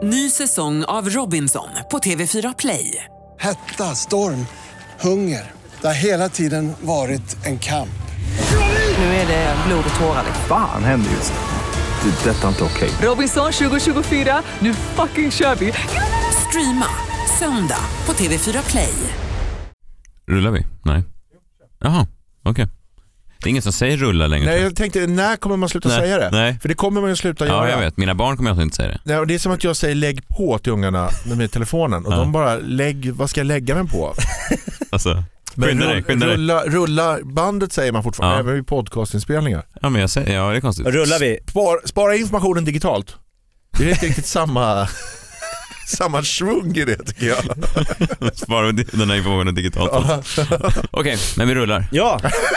Ny säsong av Robinson på TV4 Play. Hetta, storm, hunger. Det har hela tiden varit en kamp. Nu är det blod och tårar. Fan händer just det. Detta är inte okej. Robinson 2024, nu fucking kör vi. Streama söndag på TV4 Play. Rullar vi? Nej. Jaha, okej. Det är ingen som säger rulla längre. Nej, jag tänkte, när kommer man sluta säga det? Nej. För det kommer man ju sluta göra. Ja, jag vet. Mina barn kommer alltså inte säga det. Nej, och det är som att jag säger lägg på till ungarna med telefonen. Och de bara, vad ska jag lägga den på? Alltså, skynda dig. Rulla bandet säger man fortfarande, även vid podcastinspelningar. Ja, men jag säger, ja, det är konstigt. Rullar vi. Spara informationen digitalt. Det är inte riktigt samma svung i det, tycker jag. Spara den här informationen digitalt. Okej, men vi rullar. Ja.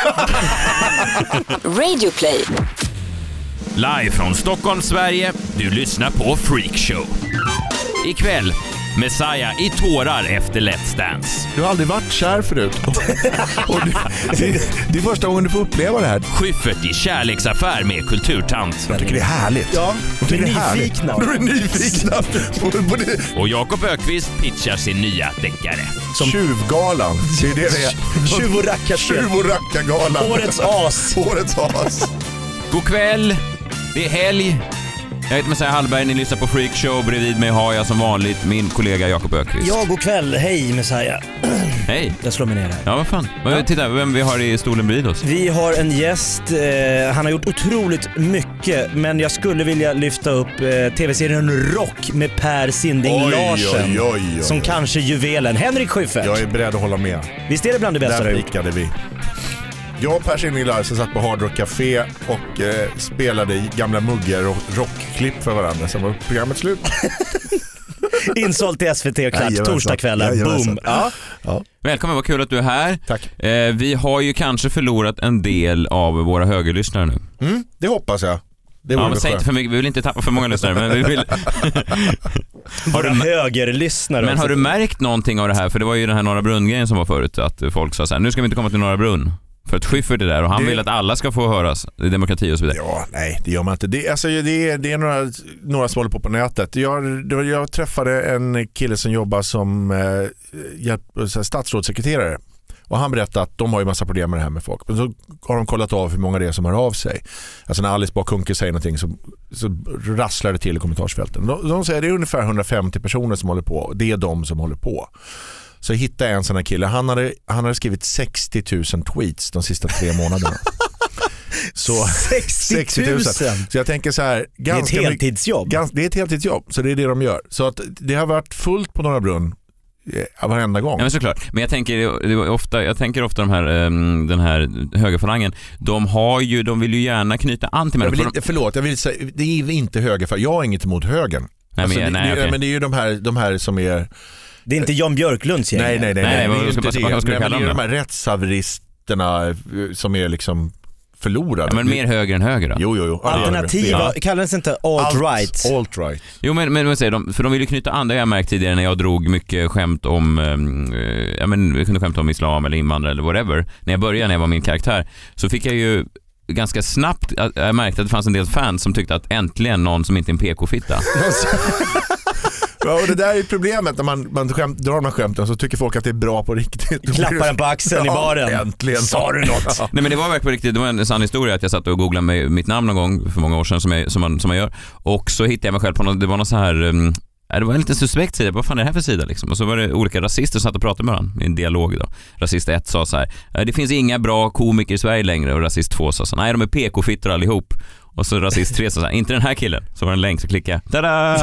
Radio Play. Live från Stockholm, Sverige. Du lyssnar på Freak Show. Ikväll, Messiah i tårar efter Let's Dance. Du har aldrig varit kär förut. Och det är första gången du får uppleva det här. Schyffert i kärleksaffär med kulturtant. Jag tycker det är härligt. Ja, du är nyfikna. Du är nyfikna. Och Jakob Ökvist pitchar sin nya deckare. Som Tjuvgalan. Det är det är. Tjuv- och rackargalan. Årets as. Årets as. God kväll, det är helg. Jag heter Messiah Hallberg, ni lyssnar på Freak Show. Bredvid mig har jag som vanligt min kollega Jakob Ökvist. Ja, god kväll. Hej Messiah. Hej. Jag slår mig ner här. Ja, vad fan. Ja. Titta, vem vi har i stolen bredvid oss. Vi har en gäst. Han har gjort otroligt mycket, men jag skulle vilja lyfta upp tv-serien Rock med Per Sinding Larsen. Oj. Som kanske juvelen. Henrik Schyffert. Jag är beredd att hålla med. Visst är det bland det bästa där du gjort? pikade vi. Jag och Per Sinding Larsen satt på Hard Rock Café och spelade gamla muggar och rockklipp för varandra. Sen var programmet slut. Insålt till SVT och klart torsdagskvällar. Boom. Ja. Välkommen, vad kul att du är här. Tack. Vi har ju kanske förlorat en del av våra högerlyssnare nu. Det hoppas jag. Ja, men säg inte för mycket, vi vill inte tappa för många lyssnare, men vi vill... Våra högerlyssnare. Men har du märkt någonting av det här? För det var ju den här Norra Brunn-grejen som var förut, att folk sa så här: nu ska vi inte komma till Norra Brunn. För att Schyffert är där och han vill att alla ska få höras i demokrati och så vidare. Ja, nej, det gör man inte. Det är några som håller på nätet. Jag träffade en kille som jobbar som statsrådssekreterare. Och han berättade att de har ju massa problem med det här med folk. Men så har de kollat av hur många det är som hör av sig. Alltså när Alice Bakunke säger någonting så rasslar det till i kommentarsfälten. De säger att det är ungefär 150 personer som håller på. Det är de som håller på. Så hittade jag en sån här kille. Han hade skrivit 60 000 tweets de sista 3 månaderna. Så 60 000. Så jag tänker så här, det är ett heltidsjobb. Det är ett heltidsjobb, så det är det de gör. Så att det har varit fullt på Norra Brunn varenda gång. Ja, men såklart. Men jag tänker ofta den här högerfalangen, de vill ju gärna knyta an till människor. Jag vill säga, det är inte höger, jag har inget emot högern. Nej, alltså, okay. Men det är ju de här som är... Det är inte Jan Björklunds gäng. Nej. Vad ska du kalla dem? Det är de här rättshaveristerna som är liksom förlorade. Ja, men mer höger än höger då? Jo. Alternativa, kallas inte alt-right? Alt-right. Jo, men säger de, för de vill ju knyta an, det har jag märkt tidigare när jag drog mycket skämt om, vi kunde skämta om islam eller invandrare eller whatever. När jag var min karaktär, så fick jag ju ganska snabbt, jag märkte att det fanns en del fans som tyckte att äntligen någon som inte är en PK-fitta. Ja, och det där är problemet när man drar de här skämten, så tycker folk att det är bra på riktigt. Klappar den på axeln i baren. Äntligen. Sa du något? Nej, men det var verkligen på riktigt. Det var en sann historia att jag satt och googlade med mitt namn någon gång för många år sedan som man gör. Och så hittade jag mig själv på det var någon så här... det var en liten suspekt sida. Vad fan är det här för sida liksom? Och så var det olika rasister som satt och pratade med varandra i en dialog då. Rasist 1 sa så här: det finns inga bra komiker i Sverige längre. Och rasist 2 sa så här: nej, de är PK-fittor allihop. Och så rasist 3 sa så här: inte den här killen. Så var den länk, så klickade jag. Tada!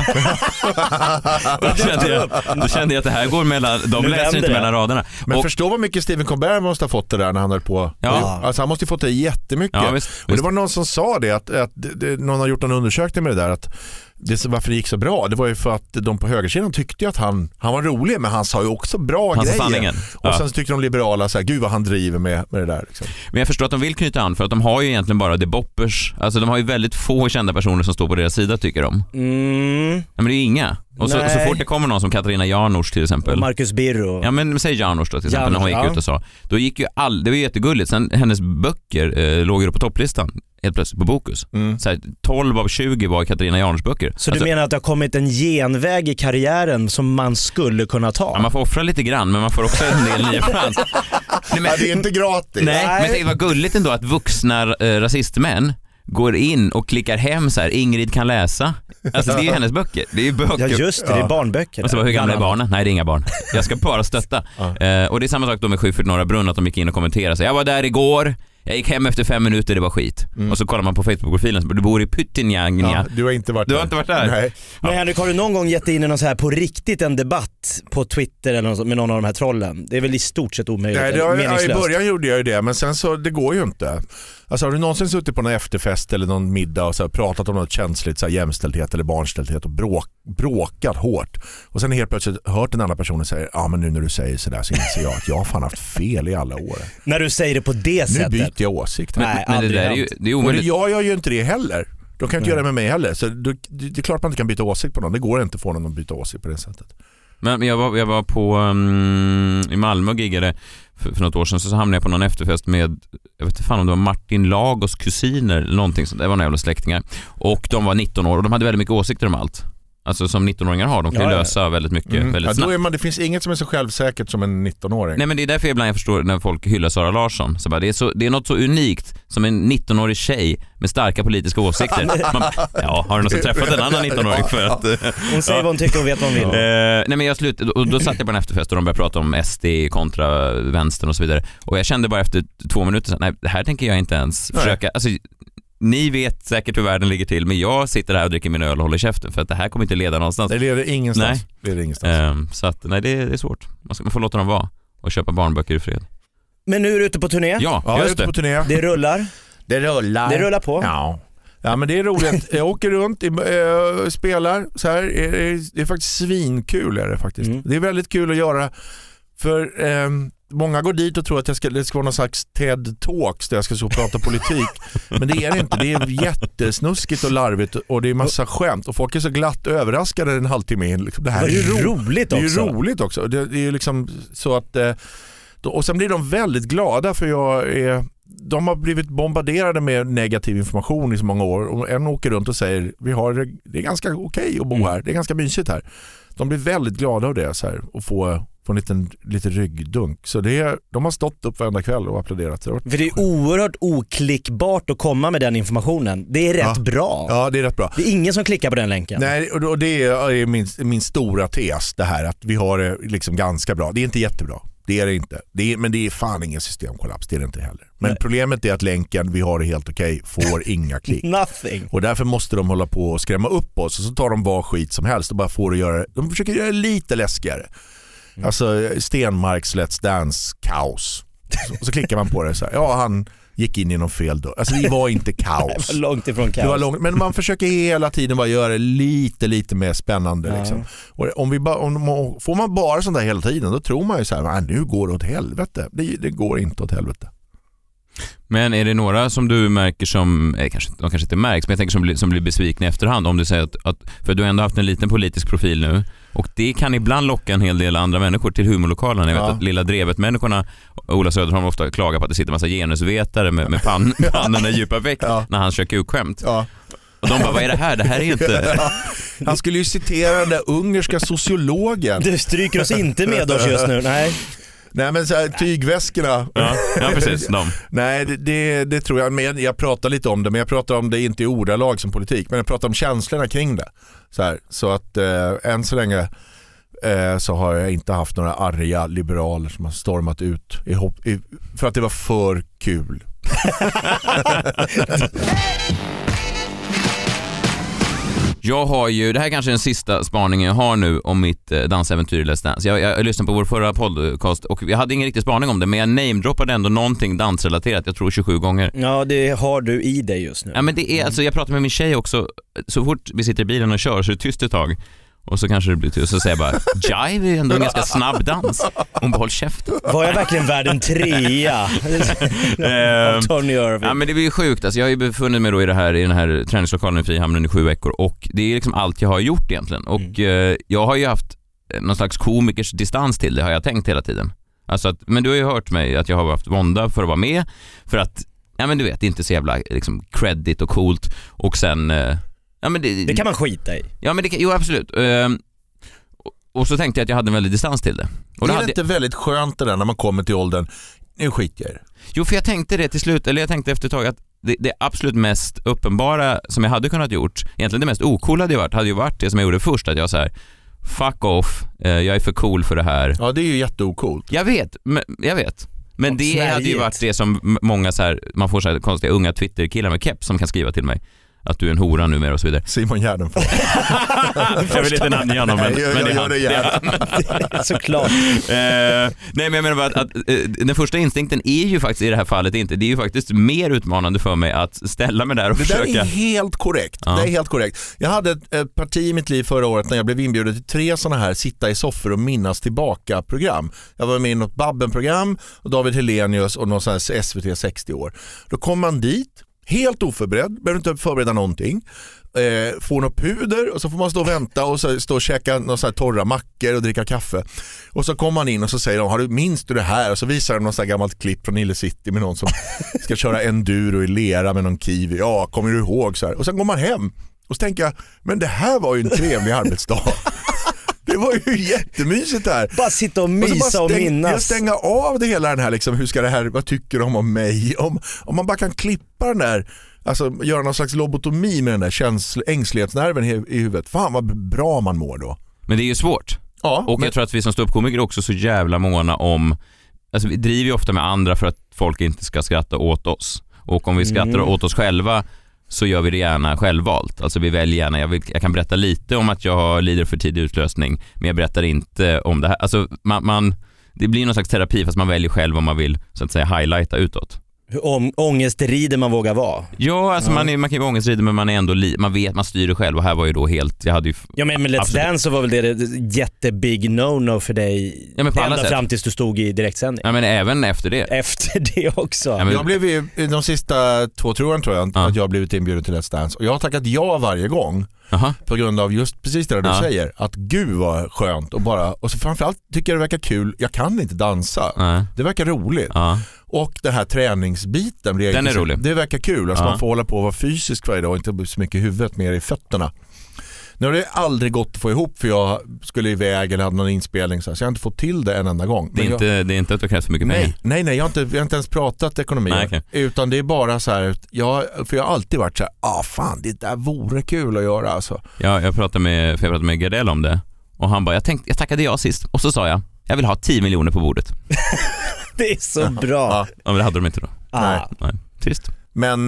Då kände jag att det här går mellan, de läser inte mellan raderna. Men förstå vad mycket Stephen Colbert måste ha fått det där när han höll på. Ja. Alltså han måste ha fått det jättemycket. Ja, visst. Och det var någon som sa det, att någon har gjort en undersökning med det där, att varför det gick så bra, det var ju för att de på högersidan tyckte att han var rolig, men han sa ju också bra grejer. Sanningen. Och sen så tyckte de liberala så här: gud vad han driver med det där liksom. Men jag förstår att de vill knyta an, för att de har ju egentligen bara deboppers. Alltså de har ju väldigt få kända personer som står på deras sida, tycker de. Men det är ju inga. Och så fort det kommer någon som Katarina Janouch till exempel. Och Marcus Birro. Ja, men säg Janouch då till exempel, när hon gick ut och sa. Då gick ju det var ju jättegulligt. Sen hennes böcker låg ju på topplistan. helt plötsligt på Bokus. Så här, 12 av 20 var Katarina Janouchs böcker. Så du menar att det har kommit en genväg i karriären som man skulle kunna ta? Ja, man får offra lite grann, men man får också en del nya fans. Det är inte gratis. Nej, men det var gulligt ändå att vuxna rasistmän går in och klickar hem så här, Ingrid kan läsa. Alltså det är ju hennes böcker. Det är ju böcker. Ja just det, det är barnböcker. Och så bara, hur gamla är barnen? Nej, det är inga barn. Jag ska bara stötta. Och det är samma sak då med Schyffert Norra Brunn, att de gick in och kommenterade sig. Jag var där igår, jag gick hem efter 5 minuter, det var skit. Och så kollar man på Facebook-profilen, du bor i Pyttinjanga. Ja, du har inte varit där. Nej. Men Henrik, har du någon gång gett in i någon så här på riktigt en debatt på Twitter eller något med någon av de här trollen? Det är väl i stort sett omöjligt. Nej, i början gjorde jag ju det, men sen så, det går ju inte. Alltså har du någonsin suttit på någon efterfest eller någon middag och så här, pratat om något känsligt, så här, jämställdhet eller barnställdhet och bråkat hårt. Och sen helt plötsligt hört en annan person säga, ja men nu när du säger sådär så inser jag att jag har fan haft fel i alla år. När du säger det på det sättet. Nu byter jag åsikt. Nej, men det där är ju omöjligt. Jag gör ju inte det heller. De kan inte göra det med mig heller. Så det är klart man inte kan byta åsikt på någon. Det går inte att få någon att byta åsikt på det sättet. Men jag var på i Malmö och giggade för något år sedan, så hamnade jag på någon efterfest med, jag vet inte fan om det var Martin Lagos kusiner eller någonting sånt. Det var några jävla släktingar. Och de var 19 år och de hade väldigt mycket åsikter om allt. Alltså som 19-åringar har, de kan ju lösa väldigt mycket väldigt snabbt. Då det finns inget som är så självsäkert som en 19-åring. Nej, men det är därför jag förstår när folk hyllar Sara Larsson. Så bara, det är något så unikt som en 19-årig tjej med starka politiska åsikter. Har du någon som träffat en annan 19-åring för att... Hon säger vad hon tycker och vet vad hon vill. Nej, men då satt jag på en efterfest och de började prata om SD kontra vänstern och så vidare. Och jag kände bara efter 2 minuter så, nej, det här tänker jag inte ens försöka... Alltså, ni vet säkert hur världen ligger till, men jag sitter här och dricker min öl och håller käften för att det här kommer inte leda någonstans. Det leder ingenstans. Nej. Det leder ingenstans. Så att, nej, det är svårt. Man får låta dem vara och köpa barnböcker i fred. Men nu är du ute på turné? Ja, jag är ute på turné. Det rullar? Det rullar på. Ja, men det är roligt. Jag åker runt, spelar så här. Det är faktiskt svinkul är det faktiskt. Det är väldigt kul att göra för... många går dit och tror att det ska vara någon slags TED-talks där jag ska så prata politik. Men det är det inte. Det är jättesnuskigt och larvigt och det är massa skämt. Och folk är så glatt överraskade en halvtimme in. Liksom, det här är ju roligt också. Det är ju roligt också. Det är ju liksom så att... och sen blir de väldigt glada för de har blivit bombarderade med negativ information i så många år. Och en åker runt och säger det är ganska okej att bo här. Det är ganska mysigt här. De blir väldigt glada av det så här, och få en lite ryggdunk. Så de har stått upp varenda kväll och applåderat. För det är oerhört oklickbart att komma med den informationen. Det är rätt bra. Ja, det är rätt bra. Det är ingen som klickar på den länken. Nej, och det är min stora tes det här att vi har det liksom ganska bra. Det är inte jättebra. Det är det inte. Men det är fan ingen systemkollaps, det är det inte heller. Men problemet är att länken, vi har det helt okej, får inga klick. Nothing. Och därför måste de hålla på och skrämma upp oss och så tar de vad skit som helst och bara får det göra. De försöker göra det lite läskigare. Alltså Stenmarks Let's Dance kaos. Så klickar man på det så här. Ja, han gick in i någon fel då. Alltså det var inte kaos. Det var långt ifrån kaos. Men man försöker hela tiden bara göra det lite mer spännande liksom. Och får man bara sånt där hela tiden, då tror man ju så här, nu går det åt helvete. Det går inte åt helvete. Men är det några som du märker som, de kanske inte märks, men jag tänker som blir besvikna i efterhand om du säger att för du har ändå haft en liten politisk profil nu och det kan ibland locka en hel del andra människor till humorlokalen. Jag vet att Lilla Drevet-människorna, Ola Söderholm ofta klagar på att det sitter en massa genusvetare med pannorna i djupa väck när han kör kukskämt. Ja. Och de bara, vad är det här? Det här är ju inte... Han skulle ju citera den där ungerska sociologen. Du stryker oss inte med oss just nu, nej. Nej, men så här, tygväskorna. Ja, precis. Nej, det tror jag. Men jag pratar lite om det, men jag pratar om det inte i ordalag som politik, men jag pratar om känslorna kring det. Så att än så länge så har jag inte haft några arga liberaler som har stormat ut för att det var för kul. Jag har ju, det här är kanske den sista spaningen jag har nu om mitt dansäventyr i Let's Dance. Jag lyssnade på vår förra podcast och jag hade ingen riktig spaning om det, men jag namedroppade ändå någonting dansrelaterat, jag tror 27 gånger. Ja, det har du i dig just nu. Ja, men det är, alltså jag pratar med min tjej också, så fort vi sitter i bilen och kör så är det tyst ett tag. Och så kanske det blir tyst, så säger jag bara, jive är ändå en ganska snabb dans. Hon bara, håll käften. Var jag verkligen värd en 3? Tony Irving. Ja, men det blir ju sjukt. Alltså, jag har ju befunnit mig då i den här träningslokalen i Frihamnen i 7 veckor. Och det är liksom allt jag har gjort egentligen. Och jag har ju haft någon slags komikers distans till det, har jag tänkt hela tiden. Alltså men du har ju hört mig att jag har haft vånda för att vara med. För att ja men du vet, inte så jävla liksom credit och coolt. Och sen ja men det kan man skita i. Ja men jo absolut. Och så tänkte jag att jag hade en väldigt distans till det. Och det är inte väldigt skönt det där när man kommer till åldern, nu skiter jag i det. Jo, för jag tänkte det till slut, eller jag tänkte efter ett tag att det absolut mest uppenbara som jag hade kunnat gjort, egentligen det mest ocoola hade ju varit det som jag gjorde först, att jag så här: fuck off, jag är för cool för det här. Ja, det är ju jätteocoolt. Jag vet. Men det hade ju varit det som många så här, man får så här konstiga unga Twitter-killar med keps som kan skriva till mig att du är en hora numera och så vidare. Simon Gärdenfors. Jag vill inte namnge honom, men jag gör det gärna. Såklart. Nej, men jag menar bara att den första instinkten är ju faktiskt i det här fallet inte. Det är ju faktiskt mer utmanande för mig att ställa mig där och försöka. Det där är helt korrekt. Ja. Det är helt korrekt. Jag hade ett parti i mitt liv förra året när jag blev inbjuden till 3 sådana här sitta i soffor och minnas tillbaka-program. Jag var med i något Babben-program och David Helenius och någon sån här SVT 60 år. Då kom man dit helt oförberedd, behöver inte förbereda någonting. Får något puder och så får man stå och vänta och stå och käka några så här torra mackor och dricka kaffe. Och så kommer man in och så säger de, minns du det här? Och så visar de något så här gammalt klipp från Nile City med någon som ska köra enduro i lera med någon kiwi. Ja, kommer du ihåg så här? Och sen går man hem och så tänker jag, men det här var ju en trevlig arbetsdag. Det var ju jättemysigt där. Bara sitta och mysa och minnas. Jag stänger av det hela den här liksom, hur ska det här, vad tycker de om mig? Om man bara kan klippa den där, alltså göra någon slags lobotomi med den där ängslighetsnerven i huvudet. Fan vad bra man mår då. Men det är ju svårt. Ja, och jag tror att vi som ståuppkomiker också är så jävla måna om, alltså vi driver ju ofta med andra för att folk inte ska skratta åt oss. Och om vi skrattar åt oss själva så gör vi det gärna självvalt. Alltså vi väljer gärna, jag kan berätta lite om att jag lider för tidig utlösning, men jag berättar inte om det här. Alltså det blir någon slags terapi fast man väljer själv om man vill så att säga highlighta utåt. Hur ångestrider man vågar vara. Ja, alltså man kan ju vara ångestrider, men man är ändå man vet, man styr det själv, och här var ju då helt, jag hade ju ja, men Let's Dance så var väl det jättebig no-no för dig, ja, men på ända fram tills du stod i direktsändning. Ja, men även efter det. Efter det också. Ja, men jag blev ju de sista 2 åren tror jag att jag har blivit inbjuden till Let's Dance, och jag har tackat ja varje gång. Aha. På grund av just precis det du säger, att gud var skönt och så framförallt tycker jag det verkar kul. Jag kan inte dansa. Det verkar roligt. Och den här träningsbiten, den är rolig. Det verkar kul. Alltså man får hålla på och vara fysisk varje dag och inte så mycket i huvudet, mer i fötterna. Nu har det aldrig gått att få ihop, för jag skulle iväg eller hade någon inspelning, så jag har inte fått till det en enda gång. Det är inte att det krävs för mycket pengar. Nej, jag har inte ens pratat ekonomi. Nej, okay. Utan det är bara så här, för jag har alltid varit så här, fan, det där vore kul att göra alltså. Ja, jag pratade med Gardell om det, och han bara, jag tackade ja sist, och så sa jag vill ha 10 miljoner på bordet. Det är så bra. Ja, men det hade de inte då. Nej, trist. Men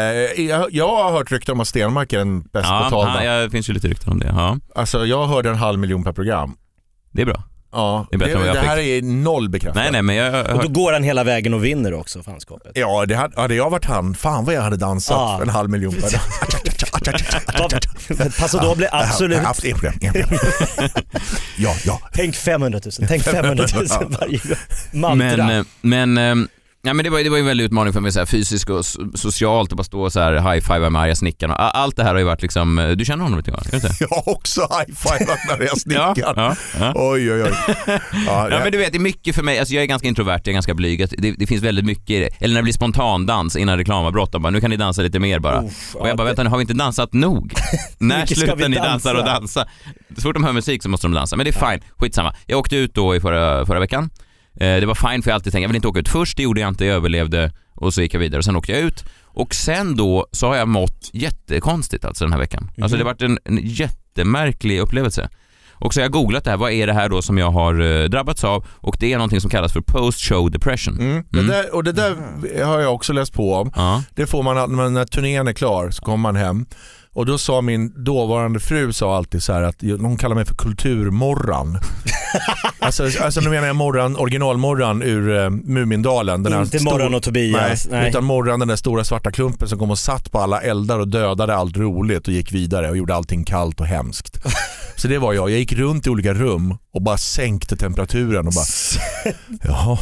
jag har hört rykten om att Stenmark är den bäst betalda. Ja, det finns ju lite rykten om det. Ja. Alltså jag hörde 500 000 per program. Det är bra. Ja, det här är noll bekräftat. Nej, men och då går han hela vägen och vinner också fanskapet. Ja, hade jag varit han, fan vad jag hade dansat för 500 000 per dag. Paso Doble, absolut. Ja. Tänk 500 000. Tänk 500 000 varje mantra. Men det var ju en väldig utmaning för mig, så här, fysiskt och socialt, att bara stå så här high-five med arga snickaren. Allt det här har ju varit liksom, du känner honom lite grann, inte? Jag har också high-five med arga snickaren. Oj. Ja, men du vet, det är mycket för mig, alltså jag är ganska introvert, jag är ganska blyg. Det finns väldigt mycket i det. Eller när det blir spontandans innan reklamavbrott, bara, nu kan ni dansa lite mer bara. Och jag bara, vänta, nu har vi inte dansat nog? När slutar ni dansa och dansa? Så fort de hör musik så måste de dansa, men det är fine, skitsamma. Jag åkte ut då i förra veckan. Det var fine, för jag alltid tänkte jag vill inte åka ut först, det gjorde jag inte, jag överlevde, och så gick jag vidare och sen åkte jag ut, och sen då så har jag mått jättekonstigt alltså den här veckan. Alltså det har varit en jättemärklig upplevelse. Och så har jag googlat det här, vad är det här då som jag har drabbats av, och det är någonting som kallas för post-show depression. Det där har jag också läst på om. Det får man när turnén är klar, så kommer man hem. Och då sa min dåvarande fru alltid så här att de kallar mig för kulturmorran. alltså nu menar jag originalmorran ur Mumindalen. Den inte Morran och Tobias. Nej. Utan Morran, den där stora svarta klumpen som kom och satt på alla eldar och dödade allt roligt och gick vidare och gjorde allting kallt och hemskt. Så det var jag. Jag gick runt i olika rum och bara sänkte temperaturen och bara jaha.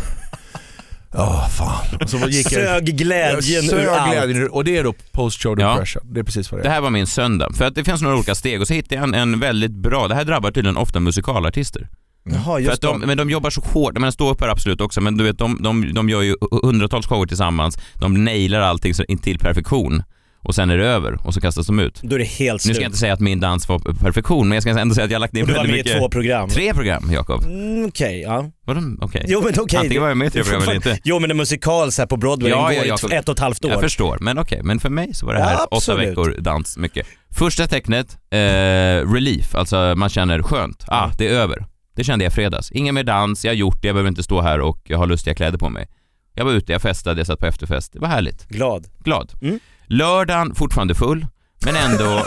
Fan. Och så sög glädjen ur allt. Och det är då post-show depression. Det är precis vad det är. Det här var min söndag. För att det finns några olika steg, och så hittade jag en väldigt bra, det här drabbar tydligen ofta musikalartister. Jaha, just men de jobbar så hårt, men stå upp här absolut också, men du vet de gör ju hundratals shower tillsammans, de nailar allting så till perfektion och sen är det över och så kastas de ut. Då är det helt slut. Nu ska jag inte säga att min dans var perfektion, men jag ska ändå säga att jag har lagt ner väldigt mycket. Du var med i 2 program. 3 program, Jakob. Okej, ja. Var de? Okej. Jo, men okej. Antingen var jag med i 3 program eller inte. Jo, men en musikal så här på Broadway går i 1,5 år. Jag förstår, men okej. Men för mig så var det här 8 veckor dans mycket. Första tecknet, relief, alltså man känner skönt. Det är över. Det kände jag fredags. Ingen mer dans, jag har gjort det, jag behöver inte stå här och jag har lustiga kläder på mig. Jag var ute, jag festade, jag satt på efterfest. Det var härligt. Glad. Lördagen fortfarande full, men ändå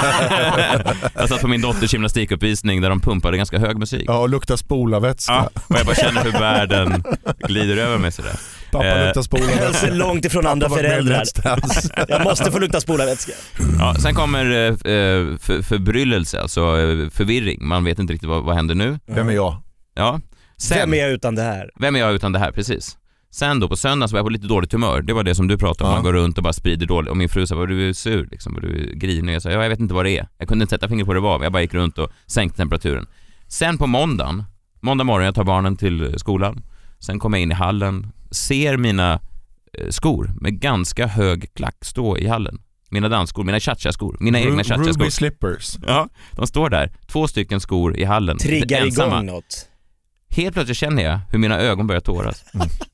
jag satt på min dotters gymnastikuppvisning där de pumpade ganska hög musik. Ja, och luktar spolarvätska. Och jag bara känner hur världen glider över mig sådär. Pappa luktar spolarvätska. Långt ifrån andra föräldrar. Jag måste få lukta spolarvätska. Ja, sen kommer förbryllelse, alltså förvirring. Man vet inte riktigt vad händer nu. Vem är jag? Ja. Vem är jag utan det här? Precis. Sen då på söndag så var jag på lite dåligt humör. Det var det som du pratade om. Man går runt och bara sprider dåligt. Och min fru sa, var du sur liksom? Var du grinig? Jag sa, jag vet inte vad det är. Jag kunde inte sätta fingret på det var. Jag bara gick runt och sänkte temperaturen. Sen på måndag morgon, jag tar barnen till skolan. Sen kommer jag in i hallen. Ser mina skor med ganska hög klack stå i hallen. Mina dansskor, mina cha-cha-skor. Mina egna cha-cha-skor. Ruby slippers. Ja, de står där. 2 stycken skor i hallen. Triggar igång något. Helt plötsligt känner jag hur mina ögon börjar tåras.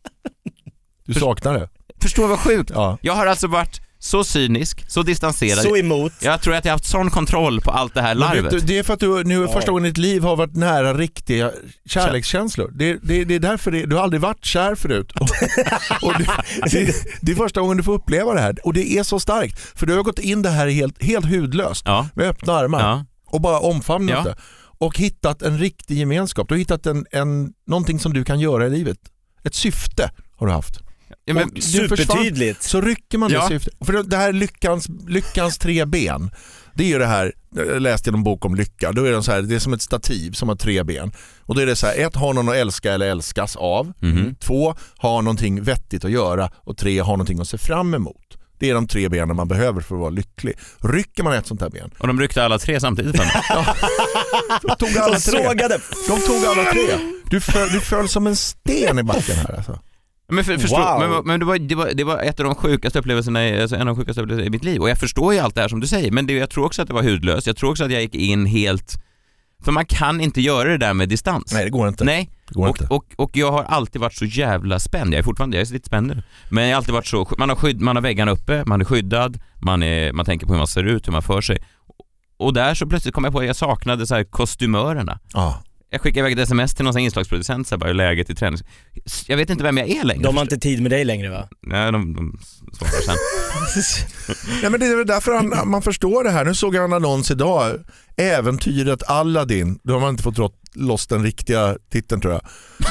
Du saknar det. Förstår vad sjukt. Ja. Jag har alltså varit så cynisk, så distanserad. Så emot. Jag tror att jag har haft sån kontroll på allt det här larvet. Du, det är för att du nu första gången i ditt liv har varit nära riktiga kärlekskänslor. Det är därför du har aldrig varit kär förut. Och det är första gången du får uppleva det här. Och det är så starkt. För du har gått in det här helt hudlöst. Ja. Med öppna armar. Ja. Och bara omfamnat det. Och hittat en riktig gemenskap. Du har hittat någonting som du kan göra i livet. Ett syfte har du haft. Ja, men supertydligt. Så rycker man det syftet. För det här lyckans 3 ben. Det är ju det här, jag läste en bok om lycka. Då är det så här, det är som ett stativ som har 3 ben. Och då är det så här, 1, ha någon att älska eller älskas av. 2, ha någonting vettigt att göra. Och 3, ha någonting att se fram emot. Det är de 3 benen man behöver för att vara lycklig. Rycker man ett sånt här ben. Och de ryckte alla 3 samtidigt för mig. De tog alla 3. De tog alla 3. Du föll som en sten i backen här alltså. Men men det var ett av de sjukaste upplevelserna, alltså en av de sjukaste upplevelserna i mitt liv. Och jag förstår ju allt det här som du säger, men jag tror också att det var hudlöst. Jag tror också att jag gick in helt... För man kan inte göra det där med distans. Nej, det går inte. Nej. Och jag har alltid varit så jävla spänd. Jag är lite spänd nu. Men jag har alltid varit så... Man har väggarna uppe, man är skyddad, man tänker på hur man ser ut, hur man för sig. Och där så plötsligt kom jag på att jag saknade så här kostymörerna. Jag skickade iväg ett sms till någon inslagsproducent så bara läget i träning. Jag vet inte vem jag är längre. De har inte tid med dig längre, va? Nej, de svarar sen. Nej, men det är därför man förstår det här. Nu såg jag en annons idag. Äventyret Aladdin. Då har man inte fått loss den riktiga titeln, tror jag.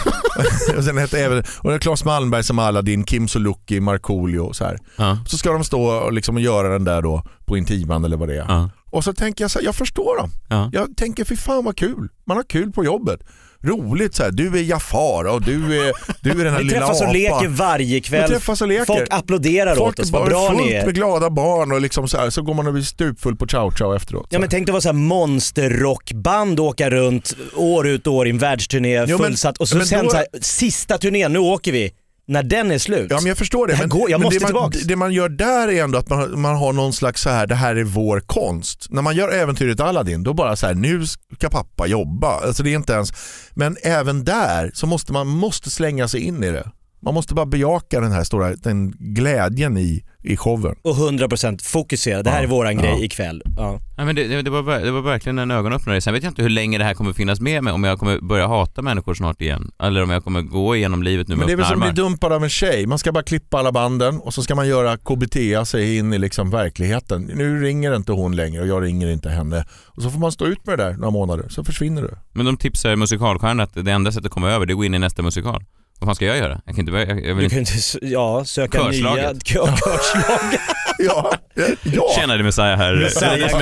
Och sen heter och det är Claes Malmberg som Aladdin, Kim Sulocki, Markoolio och så här. Så ska de stå och liksom göra den där då på Intiman eller vad det är. Och så tänker jag så här, jag förstår dem. Jag tänker, fy fan vad kul. Man har kul på jobbet. Roligt så här, du är Jafar och du är den här lilla apa. Vi träffas och leker varje kväll. Folk applåderar åt oss, vad bra ni är. Fullt med glada barn och liksom så här, så går man och blir stupfull på Chow Chow efteråt. Ja, men tänk dig vara så här monsterrockband åka runt år ut och år i en världsturné fullsatt. Och så sen så här, sista turnén, nu åker vi. När den är slut. Ja, men jag förstår det. Det man gör där är ändå att man har någon slags så här, det här är vår konst. När man gör äventyret Aladdin, då bara så här, nu ska pappa jobba. Alltså det är inte ens... Men även där så måste slänga sig in i det. Man måste bara bejaka den glädjen i showen. Och 100% fokusera. Det här är våran grej ikväll. Ja, men det var verkligen en ögonöppnare. Sen vet jag inte hur länge det här kommer finnas med mig. Om jag kommer börja hata människor snart igen. Eller om jag kommer gå igenom livet nu med öppna armar. Men det är väl som att bli dumpad av en tjej. Man ska bara klippa alla banden och så ska man göra KBT sig in i liksom verkligheten. Nu ringer inte hon längre och jag ringer inte henne. Och så får man stå ut med det där några månader. Så försvinner du. Men de tipsar musikalstjärnan att det enda sättet att komma över det är att gå in i nästa musikal. Vad fan ska jag göra? Jag kan inte du kan inte söka nya körslag. Ja. Tjena, det är Messiah här.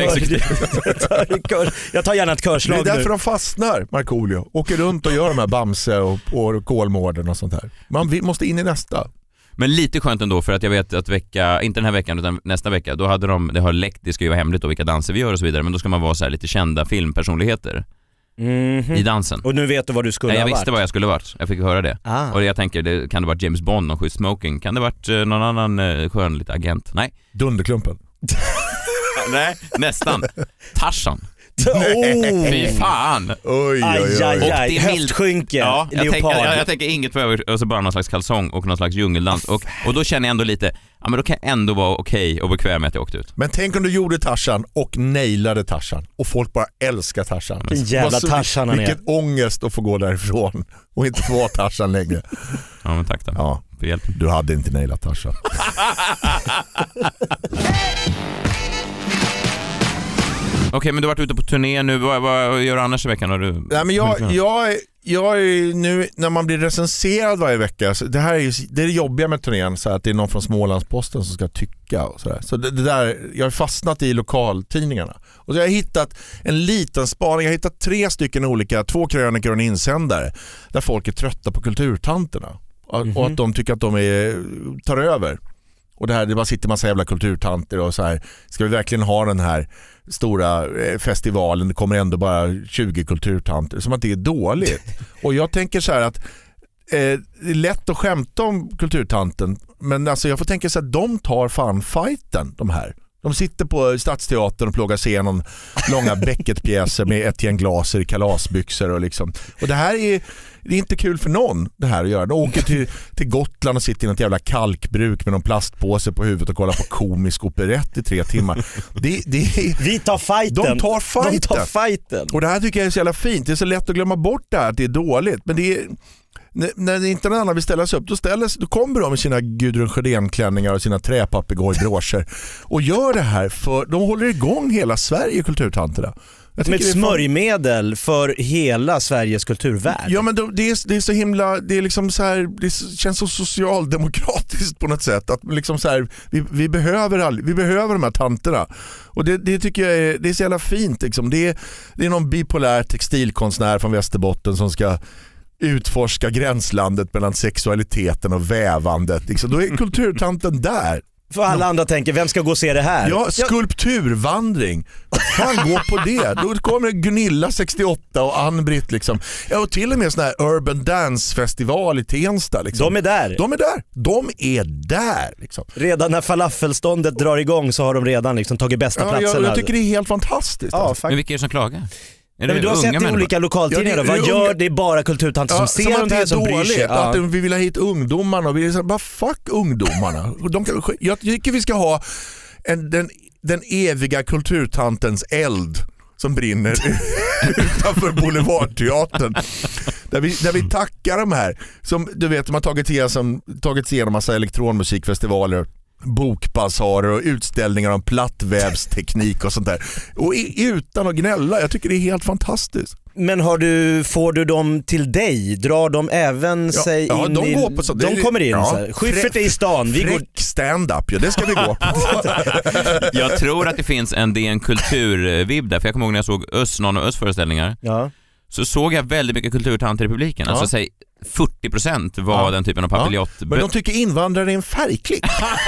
Jag tar gärna ett körslag. Det är därför de fastnar, Markoolio. Åker runt och gör de här Bamse och Kolmården och sånt här. Man måste in i nästa. Men lite skönt ändå, för att jag vet att inte den här veckan utan nästa vecka, då hade det har läckt, det ska ju vara hemligt då vilka danser vi gör och så vidare, men då ska man vara så här lite kända filmpersonligheter. i dansen. Och nu vet du vad du skulle ha varit. Jag visste vad jag skulle varit. Jag fick höra det. Och jag tänker, kan det varit James Bond, någon schysst smoking? Kan det varit någon annan skön lite agent? Nej. Dunderklumpen. Nej, nästan. Tarzan. Fy fan. Oj. Höftskynke, jag tänker inget för övrigt, och så bara någon slags kalsong och någon slags djungeldans. Och då känner jag ändå lite, ja men då kan jag ändå vara okej och bekväm med att jag åkte ut. Men tänk om du gjorde Tarzan och nailade Tarzan och folk bara älskar Tarzan. Den jävla Tarzan han är. Vilken ångest att få gå därifrån och inte få vara Tarzan längre. Ja men tack då. Ja, för hjälp. Du hade inte nailat Tarzan. Okej, men du har varit ute på turné nu. Vad gör du annars i veckan? Nej, men jag är nu, när man blir recenserad varje vecka, så det här är det jobbiga med turnén, så att det är någon från Smålandsposten som ska tycka och sådär. Så det där, jag har fastnat i lokaltidningarna. Och så har jag hittat en liten spaning. Jag har hittat 3 stycken olika, 2 krönikor och en insändare där folk är trötta på kulturtanterna. Och att de tycker att de tar över. Och det bara sitter massa jävla kulturtanter och så här, ska vi verkligen ha den här stora festivalen, det kommer ändå bara 20 kulturtanter, som att det är dåligt. Och jag tänker så här att det är lätt att skämta om kulturtanten, men alltså jag får tänka så att de tar fan fighten, de här. De sitter på Stadsteatern och plågar sig igenom långa Beckett-pjäser med Etienne Glaser i kalasbyxor och liksom. Och det här är inte kul för någon, det här att göra. De åker till Gotland och sitter i något jävla kalkbruk med någon plastpåse på huvudet och kollar på komisk operett i 3 timmar. Vi tar fighten. De tar fighten. Och det här tycker jag är så jävla fint. Det är så lätt att glömma bort det här, att det är dåligt. Men det är... När inte någon annan vill ställa sig upp, då kommer de med sina Gudrun Sjödén-klänningar och sina träpapegojbroscher och gör det här, för de håller igång hela Sverige, kulturtanterna. Som ett smörjmedel för hela Sveriges kulturvärld. Ja, men det är så himla, det är liksom så här, det känns så socialdemokratiskt på något sätt, att liksom så här, vi behöver de här tanterna. Och det tycker jag det är så jävla fint liksom. Det är någon bipolär textilkonstnär från Västerbotten som ska utforska gränslandet mellan sexualiteten och vävandet. Liksom. Då är kulturtanten där. För alla andra tänker, vem ska gå och se det här? Ja, skulpturvandring. Fan, gå på det. Då kommer Gunilla 68 och Ann-Britt liksom. Ja, och till och med sån här Urban Dance Festival i Tensta liksom. De är där. De är där liksom. Redan när falafelståndet drar igång så har de redan liksom tagit bästa platsen. Jag tycker det är helt fantastiskt. Ja, alltså. Men vilka är det som klagar? Men du har sett i olika lokaltidningar. Vad gör det bara kulturtanter som ser de här som bryr sig? Att vi vill ha hit ungdomarna och vi säger bara fuck ungdomarna. Jag tycker vi ska ha den eviga kulturtantens eld som brinner utanför Boulevardteatern. Där vi tackar de här som du vet, de har tagit sig igenom massa elektronmusikfestivaler, bokbasarer och utställningar om plattvävsteknik och sånt där. Och utan att gnälla, jag tycker det är helt fantastiskt. Men får du dem till dig? Drar de även sig in de går på så. De kommer in så här. Schyffert är i stan. Vi går stand-up, det ska vi gå på. Jag tror att det finns en kulturvibb där, för jag kommer ihåg när jag såg någon av föreställningar. Ja. Så såg jag väldigt mycket kulturtanter i publiken. Alltså säg 40% var den typen av papiljott. Men de tycker invandrare är en färgklick.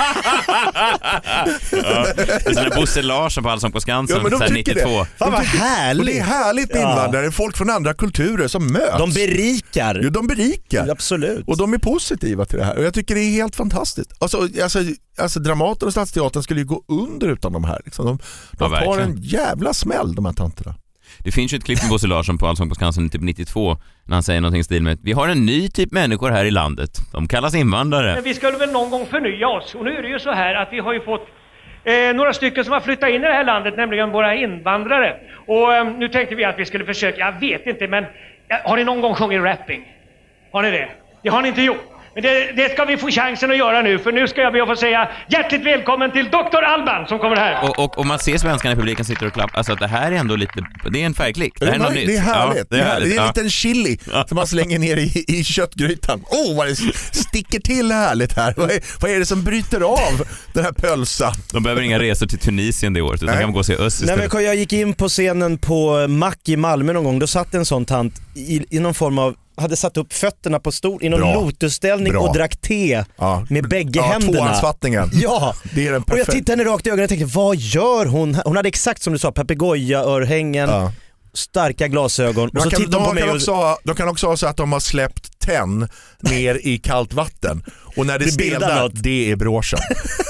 Det är sån där Bosse Larsson på Allsång på Skansen, men de 92. Det. Fan vad härligt. Och det är härligt med invandrare, folk från andra kulturer som möts. De berikar. Jo, de berikar. Absolut. Och de är positiva till det här. Och jag tycker det är helt fantastiskt. Alltså Dramaten och Stadsteatern skulle ju gå under utan de här. Liksom. De tar en jävla smäll, de här tanterna. Det finns ju ett klipp med Bosse Larsson på Allsång på Skansen typ 92 när han säger någonting i stil med: vi har en ny typ människor här i landet. De kallas invandrare. Men vi skulle väl någon gång förnya oss. Och nu är det ju så här att vi har ju fått några stycken som har flyttat in i det här landet, nämligen våra invandrare. Och nu tänkte vi att vi skulle försöka, jag vet inte, men har ni någon gång sjungit rapping? Har ni det? Det har ni inte gjort. Men det ska vi få chansen att göra nu, för nu ska jag be att få säga hjärtligt välkommen till Dr. Alban som kommer här. Och man ser svenskarna i publiken sitter och klappar. Alltså det här är ändå lite, det är en färgklick. Det här är något nytt. Det är härligt. Ja, det är härligt. Det är en liten chili som man slänger ner i köttgrytan. Vad det sticker till härligt här. Vad är det som bryter av den här pölsa? De behöver inga resor till Tunisien det året, utan kan gå och se öst istället. Nej, men jag gick in på scenen på Mac i Malmö någon gång. Då satt en sån tant i någon form av, hade satt upp fötterna på stol i någon lotusställning och drack te med bägge händerna. Tvåhandsfattningen. Ja, det är den perfekt. Och jag tittade henne rakt i ögonen och tänkte, vad gör hon? Hon hade exakt som du sa, papegoja-örhängen. starka glasögon. Och så tittar på mig de kan också ha så att de har släppt tenn ner i kallt vatten. Och när det stelnar, det är bråsen.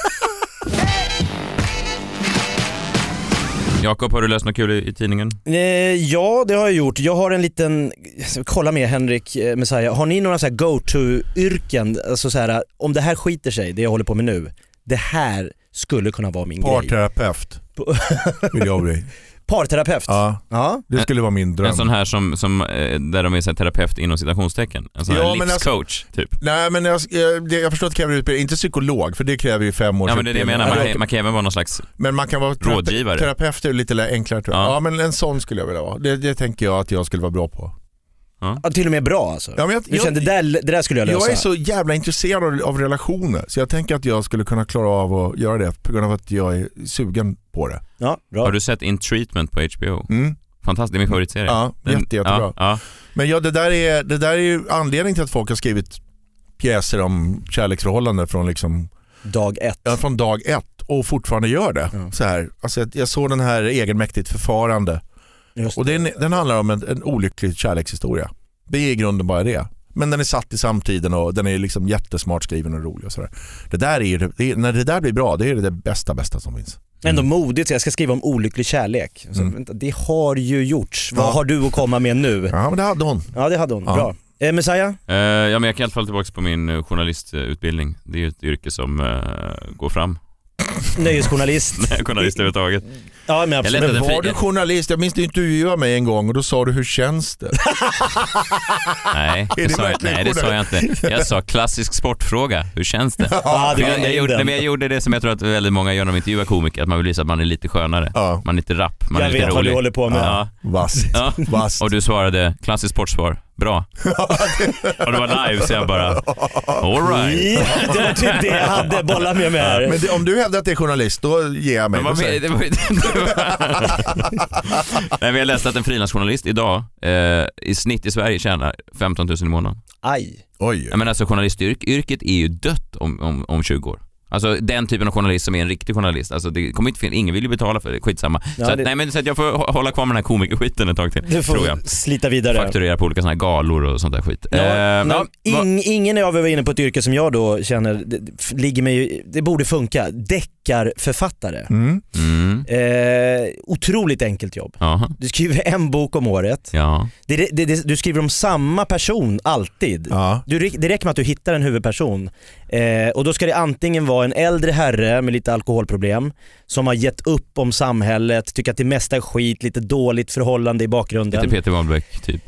Jakob, har du läst något kul i tidningen? Ja, det har jag gjort. Jag har en liten, kolla med Henrik Messiah. Har ni några så här go-to-yrken? Alltså så här, om det här skiter sig, det jag håller på med nu, det här skulle kunna vara min grej. Parterapeut vill jag bli. Parterapeut? Ja, det skulle vara min dröm. En sån här som där de är så här, terapeut inom citationstecken. En sån här livscoach, typ. Nej, men jag förstår att det kräver utbildning. Inte psykolog, för det kräver ju 5 år. Ja, men det är det jag menar. Man kan även vara någon slags men man kan vara rådgivare. Terapeut är lite enklare, tror jag. Ja, men en sån skulle jag vilja vara. Det tänker jag att jag skulle vara bra på. Ja, till och med bra alltså. Ja, men det där skulle jag lösa. Jag är så jävla intresserad av relationer, så jag tänker att jag skulle kunna klara av att göra det på grund av att jag är sugen på det. Ja, bra. Har du sett In Treatment på HBO? Fantastiskt, det är min favoritserie. Ja, jättebra. Ja. Men det där är ju anledningen till att folk har skrivit pjäser om kärleksförhållanden från liksom dag 1. Ja, från dag 1 och fortfarande gör det. Så här. Alltså, jag såg den här egenmäktigt förfarande. Och den handlar om en olycklig kärlekshistoria. Det är i grunden bara det. Men den är satt i samtiden och den är liksom jättesmart skriven och rolig och sådär. När det där blir bra, det är det bästa som finns. Ändå modigt, jag ska skriva om olycklig kärlek. Så, vänta, det har ju gjorts. Vad har du att komma med nu? Ja, men det hade hon. Ja, det hade hon. Bra. Messiah? Ja, men jag kan i alla fall tillbaka på min journalistutbildning. Det är ju ett yrke som går fram. Nöjesjournalist. Nej, journalist överhuvudtaget. Ja, men absolut. Men var du journalist? Jag minns du intervjuade mig en gång och då sa du, hur känns det? Nej, det sa jag inte. Jag sa klassisk sportfråga. Hur känns det? Jag gjorde det som jag tror att väldigt många gör när de intervjuar komiker, att man vill visa att man är lite skönare. Ja. Man är lite rapp, man är lite rolig. Jag vet vad du håller på med. Ja. Vast. Och du svarade klassisk sportsvar. Bra. Och det var live, så jag bara all right. Det var typ det jag hade bollat med här. Men om du hävdar att det är journalist, då ger jag mig. Nej, vi har läst att en frilansjournalist idag i snitt i Sverige tjänar 15 000 i månaden. Aj. Oj. Jag menar, alltså journalistyrket är ju dött om 20 år. Alltså den typen av journalist som är en riktig journalist. Alltså det kommer inte ingen vill ju betala för det, skitsamma. Ja, så att jag får hålla kvar med den här komikerskiten ett tag till. Du får tror jag. Slita vidare. Fakturera på olika såna här galor och sånt där skit. Ingen av er var inne på ett yrke som jag då känner ligger mig, det borde funka. Deckarförfattare. Otroligt enkelt jobb. Aha. Du skriver en bok om året. Ja. Du skriver om samma person alltid. Ja. Det räcker med att du hittar en huvudperson. Och då ska det antingen vara en äldre herre med lite alkoholproblem som har gett upp om samhället, tycker att det mesta är skit, lite dåligt förhållande i bakgrunden. Lite Peter Wahlbeck typ.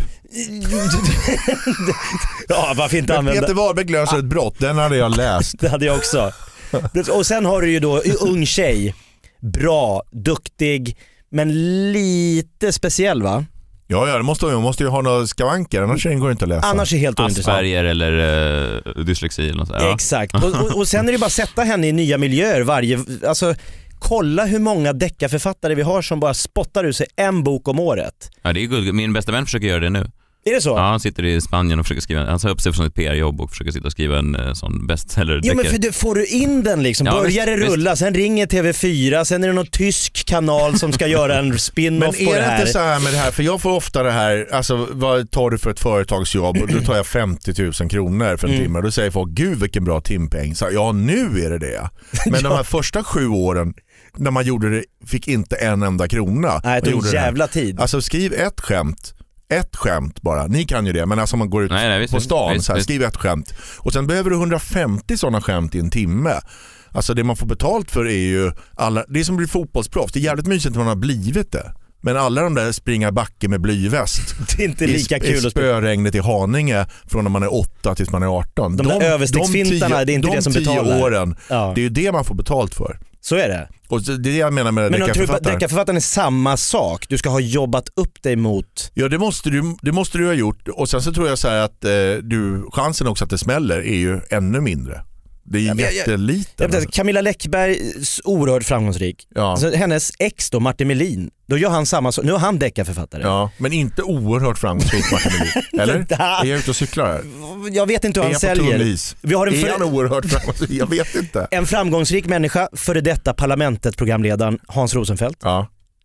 Ja, varför inte använda... Peter Wahlbeck löser ett brott, den hade jag läst. Det hade jag också. Och sen har du ju då ung tjej, bra, duktig, men lite speciell, va? Ja, det måste ju ha några skavanker, annars går det inte att läsa. Annars är helt ointressant. Asperger eller dyslexi eller något sånt. Ja. Exakt. Och sen är det bara att sätta henne i nya miljöer alltså kolla hur många deckarförfattare vi har som bara spottar ut sig en bok om året. Ja, det är good. Min bästa vän försöker göra det nu. Är det så? Ja, han sitter i Spanien och försöker skriva, han tar upp sig från ett PR-jobb och försöker sitta och skriva en sån bestseller-deckare. Ja, men får du in den liksom, börjar det rulla, sen ringer TV4, sen är det någon tysk kanal som ska göra en spin-off på det här. Men är det inte så här med det här, för jag får ofta det här, alltså vad tar du för ett företagsjobb? Och då tar jag 50 000 kronor för en timme, och då säger folk, gud vilken bra timpeng. Så, ja, nu är det det. Men de här första 7 åren när man gjorde det, fick inte en enda krona. Nej, det tog jävla tid. Alltså skriv ett skämt bara. Ni kan ju det, men alltså man går ut på stan så här, skriv ett skämt. Och sen behöver du 150 sådana skämt i en timme. Alltså det man får betalt för är ju alla, det är som blir fotbollsproffs. Det är jävligt mysigt att man har blivit det. Men alla de där springa backe med blyväst. Det är inte lika kul att spöregnet i Haninge från när man är 8 tills man är 18. De där överstegsfintarna, det är inte det som betalar. 10 åren, det är ju det man får betalt för. Så är det. Och det är det jag menar med deckarförfattaren är samma sak. Du ska ha jobbat upp dig mot... Ja, det måste du ha gjort. Och sen så tror jag så här att chansen också att det smäller är ju ännu mindre. Det är jätteliten. Camilla Läckberg, oerhört framgångsrik. Ja. Alltså, hennes ex då, Martin Melin, då gör han samma sak. Nu har han deckarförfattare. Ja, men inte oerhört framgångsrik Martin Melin. Eller? Är jag ute och cyklar här? Jag vet inte hur han säljer. Är han oerhört framgångsrik? Jag vet inte. En framgångsrik människa, före detta Parlamentet-programledaren Hans Rosenfeldt. Ja.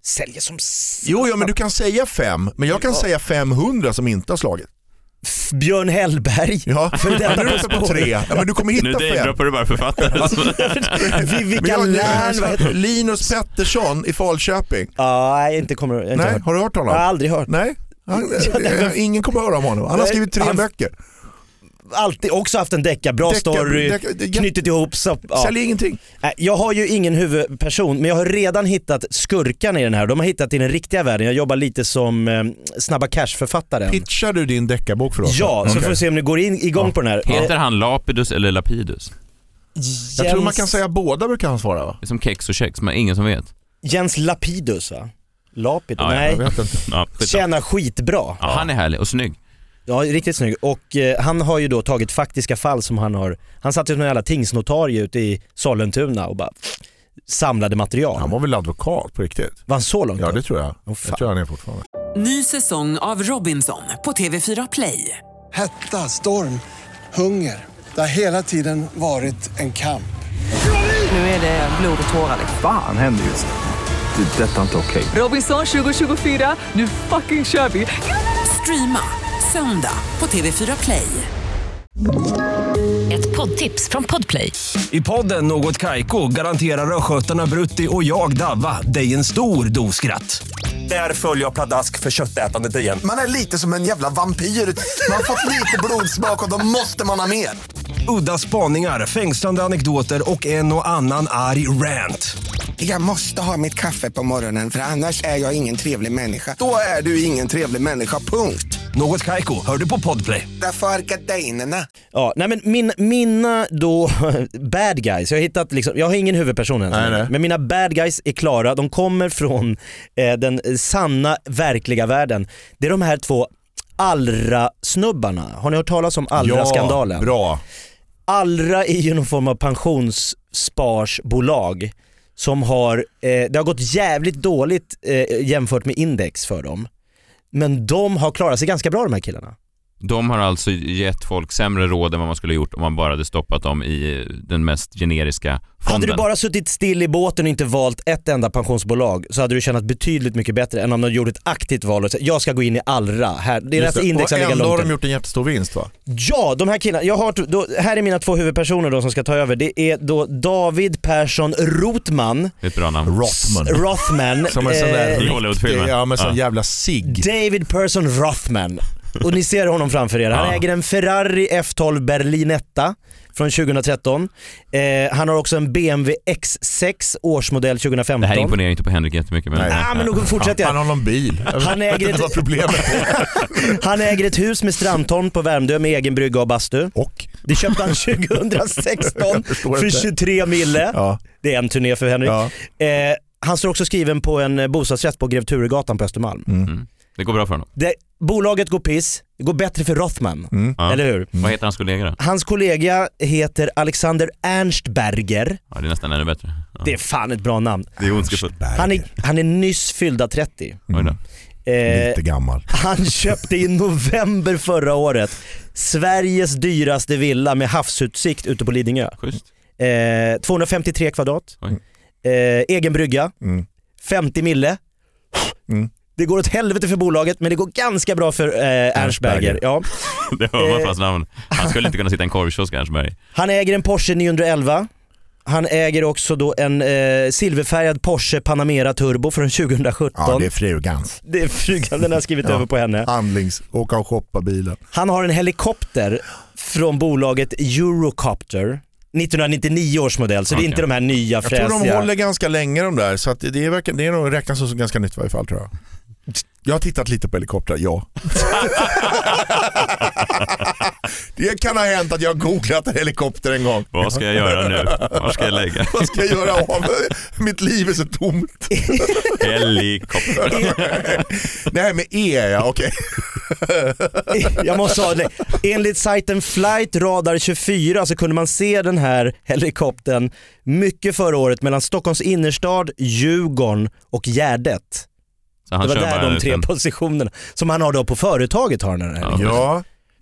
säljer som... Jo, men du kan säga 5, men jag kan säga 500 som inte har slagit. Björn Hellberg. Ja, för den är uppe på 3. Ja, men du kommer hitta 5. Nu drar du bara författare. Vivica Lärn. Linus Pettersson i Falköping. Nej, inte kommer jag inte Nej, hört. har du hört honom? Jag har aldrig hört. Nej. Ingen kommer höra om honom. Han har skrivit 3 böcker. Alltid också haft en bra story, knutit ihop så, ja. Säljer ingenting. Jag har ju ingen huvudperson, men jag har redan hittat skurkarna i den här. De har hittat i den riktiga världen. Jag jobbar lite som Snabba Cash-författaren. Pitchar du din deckarbok för oss? Ja, så får vi se om ni går igång på den här. Heter han Lapidus eller Lapidus? Jag tror man kan säga båda, brukar han svara, va? Det är som kex och kex, men ingen som vet. Jens Lapidus, va? Lapidus? Ja, nej. Jag vet inte. Ja, Tjänar skitbra. Ja, han är härlig och snygg. Ja, riktigt snygg. Och han har ju då tagit faktiska fall som han satt ju med alla tingsnotarie ute i Sollentuna och bara samlade material. Han var väl advokat på riktigt? Var han så långt? Ja, det tror jag. Oh, jag tror han är fortfarande. Ny säsong av Robinson på TV4 Play. Hetta, storm, hunger. Det har hela tiden varit en kamp. Nu är det blod och tårar. Fan händer just det. Detta är inte okej. Robinson 2024, nu fucking kör vi. Streama söndag på TV4 Play. Ett poddtips från Podplay. I podden Något Kaiko garanterar skötarna Brutti och jag Davva dig en stor doskratt. Där följer jag pladask för köttätandet igen. Man är lite som en jävla vampyr. Man har fått lite blodsmak och då måste man ha mer. Udda spaningar, fängslande anekdoter och en och annan arg rant. Jag måste ha mitt kaffe på morgonen för annars är jag ingen trevlig människa. Då är du ingen trevlig människa, punkt. Något Kaiko, hör du på Podplay. Därför är gardinerna. Ja, nej men mina då bad guys, jag har hittat liksom, jag har ingen huvudperson än, nej. Men mina bad guys är klara, de kommer från den sanna, verkliga världen. Det är de här 2 Allra-snubbarna. Har ni hört talas om Allra-skandalen? Ja, bra. Allra är ju någon form av pensionssparsbolag som har, det har gått jävligt dåligt jämfört med index för dem. Men de har klarat sig ganska bra, de här killarna. De har alltså gett folk sämre råd än vad man skulle gjort om man bara hade stoppat dem i den mest generiska fonden. Hade du bara suttit still i båten och inte valt ett enda pensionsbolag så hade du kännat betydligt mycket bättre än om du gjorde ett aktivt val och jag ska gå in i Allra. Här, deras index och ligger ändå långt. har de gjort en jättestor vinst, va? Ja, de här killarna, här är mina 2 huvudpersoner då som ska ta över. Det är då David Persson Rothman. Det är ett bra namn. Rothman. Som en sån där i Hollywoodfilmen. Ja, med sån jävla sig. David Persson Rothman. Och ni ser honom framför er. Han äger en Ferrari F12 Berlinetta från 2013. Han har också en BMW X6 årsmodell 2015. Det här imponerar inte på Henrik jättemycket. Men, men då fortsätter jag. Han har någon bil. Han äger problemet. Han äger ett hus med strandtorn på Värmdö med egen brygga och bastu. Och? Det köpte han 2016 för 23 mille. Ja. Det är en turné för Henrik. Ja. Han står också skriven på en bostadsrätt på Grev Turegatan på Östermalm. Det går bra för honom. Bolaget går piss. Det går bättre för Rothman. Eller hur? Vad heter hans kollega då? Hans kollega heter Alexander Ernstberger. Ja, det är nästan ännu bättre. Ja. Det är fan ett bra namn. Det är ondskefullt. Han är nyss fyllda 30. Lite gammal. Han köpte i november förra året Sveriges dyraste villa med havsutsikt ute på Lidingö. Schysst. 253 kvadrat. Egen brygga. 50 mille. Det går åt helvete för bolaget, men det går ganska bra för Ernstberger. Ja. Det hör man fast namn. Han skulle inte kunna sitta i en korvkiosk, Ernstberg. Han äger en Porsche 911. Han äger också då en silverfärgad Porsche Panamera Turbo från 2017. Ja, det är frugans. Det är frugan, den har skrivit över på henne. Åka och shoppa bilen. Han har en helikopter från bolaget Eurocopter. 1999 års modell, så det är inte de här nya fräsiga. Jag tror de håller ganska länge de där, så att det är nog räknas som ganska nytt i varje fall, tror jag. Jag har tittat lite på helikoptrar, ja. Det kan ha hänt att jag har googlat en helikopter en gång. Vad ska jag göra nu? Var ska jag lägga? Vad ska jag göra av? Mitt liv är så tomt. Helikopter. Nej, med okej. Jag måste ha det. Enligt sajten Flight Radar 24 så kunde man se den här helikoptern mycket förra året mellan Stockholms innerstad, Djurgården och Gärdet. Det var där de 3 positionerna som han har då på företaget har den här. Ja.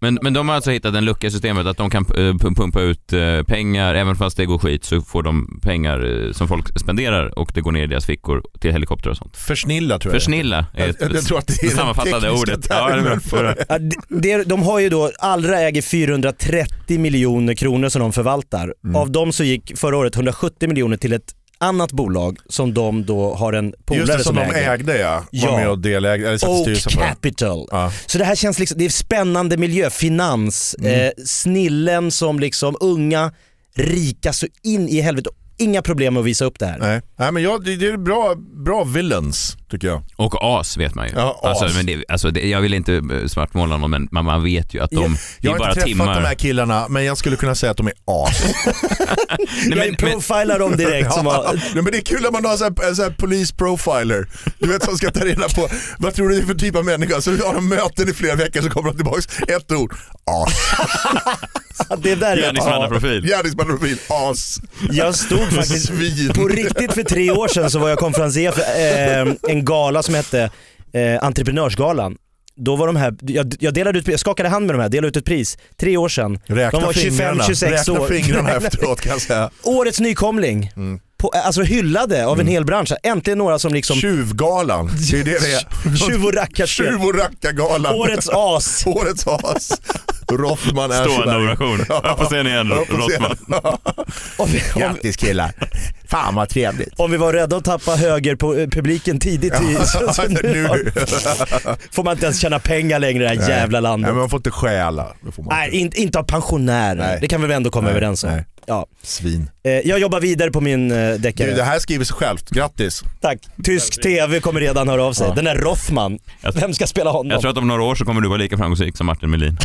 Men de har alltså hittat en lucka i systemet att de kan pumpa ut pengar, även fast det går skit så får de pengar som folk spenderar och det går ner i deras fickor till helikopter och sånt. Försnilla tror jag. Försnilla är jag tror att det är sammanfattade ordet. De har ju då, Allra äger 430 miljoner kronor som de förvaltar. Av dem så gick förra året 170 miljoner till ett annat bolag som de då har en polare som äger. Just det, som de ägde, var med och delägde, eller Oak Capital. Ja. Så det här känns liksom, det är spännande miljö, finans, snillen som liksom unga, rika så in i helvete. Inga problem att visa upp det här. Nej men det är bra villains tycker jag. Och as vet man ju. Ja, jag vill inte svartmåla någon, men man vet ju att de jag är bara har inte timmar. träffat de här killarna, men jag skulle kunna säga att de är as. Jag profilar dem direkt. Men det är kul att man har en sån här police profiler. Du vet som ska ta reda på vad tror du det är för typ av människa. Så har de möten i flera veckor så kommer de tillbaka ett ord. As. Det där är Gärningsmannaprofil. As. Jag stod faktiskt på riktigt för 3 år sedan, så var jag konferencier för en gala som hette Entreprenörsgalan. Då var de här, jag skakade hand med de här, delade ut ett pris 3 år sedan. Räkna de var 25-26 år. Räkna fingrarna efteråt kan jag säga. Årets nykomling. Alltså hyllade av en hel bransch. Äntligen några som liksom... Tjuvgalan. Det är det är. Tjuv- och rackargalan. Årets as. Årets as. Rothman är stående ovation. Jag får se den igen. Rothman. Grattis killar. Fan vad trevligt. Om vi var rädda att tappa höger på publiken tidigt nu får man inte ens tjäna pengar längre i det här jävla landet. Nej, men man får inte stjäla. Nej, inte av pensionärer. Nej. Det kan vi väl ändå komma överens om. Nej. Ja. Svin. Jag jobbar vidare på min deckare. Det här skriver sig självt. Grattis. Tack. Tysk TV kommer redan höra av sig. Den är Rothman. Vem ska spela honom? Jag tror att om några år så kommer du vara lika framgångsrik som Martin Melin.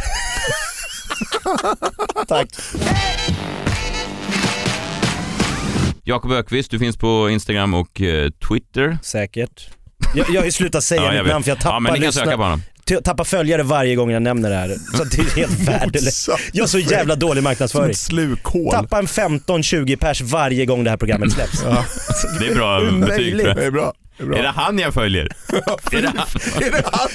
Tack. Jakob Ökvist, du finns på Instagram och Twitter. Säkert. Jag har ju slutat säga mitt namn för jag tappar följare varje gång jag nämner det här. Så det är helt värdelöst. Jag har så jävla dålig marknadsföring. Tappa en 15-20 pers varje gång det här programmet släpps. Ja. Det är bra betyg. Det är bra. Är det han jag följer? Är det han?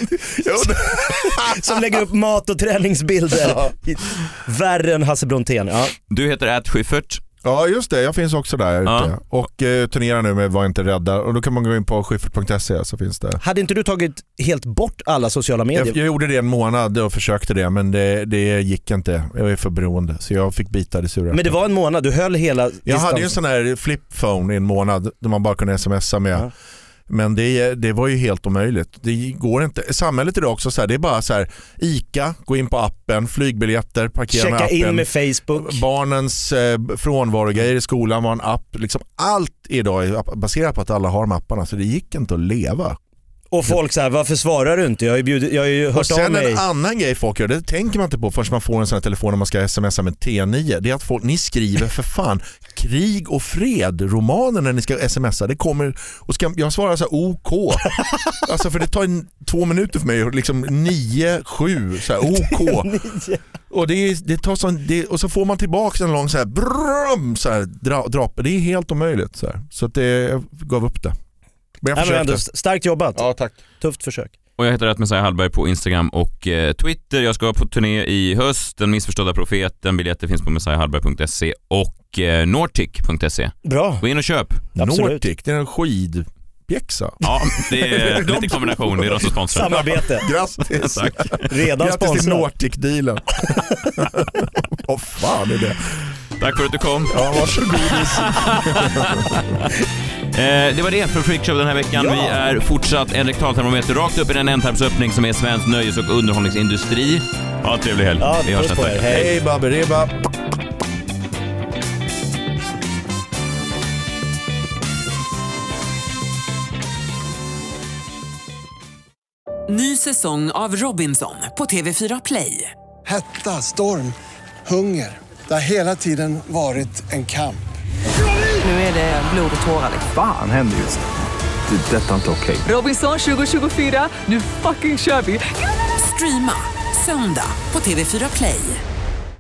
Som lägger upp mat- och träningsbilder. Ja. Värre än Hasse Brontén. Ja. Du heter @Schyffert. Ja just det, jag finns också där ute. Och turnerar nu med Var inte rädda. Och då kan man gå in på schyffert.se så finns det. Hade inte du tagit helt bort alla sociala medier? Jag gjorde det en månad och försökte det, men det gick inte. Jag är för beroende så jag fick bita det sura. Men det var en månad, du höll hela distans. Jag hade ju en sån här flip phone i en månad där man bara kunde smsa med. Ja. Men det var ju helt omöjligt. Det går inte. Samhället idag också så här, det är bara så här ICA, gå in på appen, flygbiljetter, parkera med appen. Checka in med Facebook. Barnens frånvarogrejer i skolan var en app. Liksom allt idag är baserat på att alla har de apparna, så det gick inte att leva. Och folk så här, varför svarar du inte? Jag har ju hört av mig. Och sen en annan grej folk gör, det tänker man inte på förrän man får en sån här telefon när man ska smsa med T9. Det är att folk, ni skriver för fan krig och fred romaner när ni ska smsa. Det kommer, och jag svarar så här OK. Alltså för det tar 2 minuter för mig, liksom 9-7 så här OK. Och det tar sån, och så får man tillbaka en lång så här brum så här drap. Det är helt omöjligt så här. Så att jag gav upp det. Men jag ändå starkt jobbat. Ja, tack. Tufft försök. Och jag heter Messiah Hallberg på Instagram och Twitter. Jag ska på turné i höst. Den missförstådda profeten. Biljetter finns på messiahhallberg.se och nortic.se. Bra. Gå in och köp. Absolut. Nortic, det är en skidpjäxa. Ja, det är lite kombination. Det är de som sponsrar. Samarbete. Grattis. Tack. Redan sponsrad. Grattis till Nortic-dealen. Vad fan är det? Tack för att du kom. Ja, varsågod. Det var det för Freakshow den här veckan. Vi är fortsatt en rektaltermometer rakt upp i den ändtarmsöppning som är svensk nöjes- och underhållningsindustri. Ja, trevlig helg. Ja, vi hörs nästa vecka. Hej baberiba. Ny säsong av Robinson på TV4 Play. Hetta, storm, hunger. Det har hela tiden varit en kamp. Nu är det blod och tårar. Fan händer just det. Det är detta inte okej. Robinson 2024, nu fucking kör vi. Streama söndag på TV4 Play.